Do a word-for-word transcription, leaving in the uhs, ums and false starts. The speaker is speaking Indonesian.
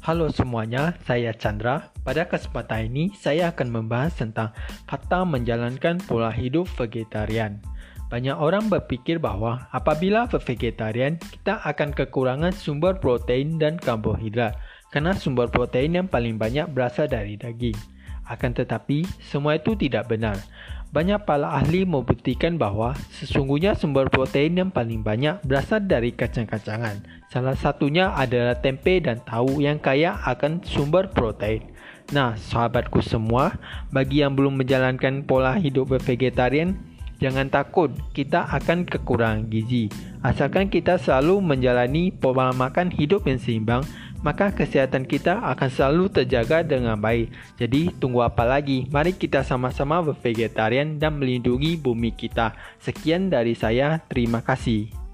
Halo semuanya, saya Chandra. Pada kesempatan ini, saya akan membahas tentang fakta menjalankan pola hidup vegetarian. Banyak orang berpikir bahwa apabila vegetarian, kita akan kekurangan sumber protein dan karbohidrat, karena sumber protein yang paling banyak berasal dari daging. Akan tetapi, semua itu tidak benar. Banyak para ahli membuktikan bahwa sesungguhnya sumber protein yang paling banyak berasal dari kacang-kacangan. Salah satunya adalah tempe dan tahu yang kaya akan sumber protein. Nah, sahabatku semua, bagi yang belum menjalankan pola hidup vegetarian, jangan takut, kita akan kekurangan gizi. Asalkan kita selalu menjalani pola makan hidup yang seimbang, maka kesehatan kita akan selalu terjaga dengan baik. Jadi, tunggu apa lagi? Mari kita sama-sama bervegetarian dan melindungi bumi kita. Sekian dari saya, terima kasih.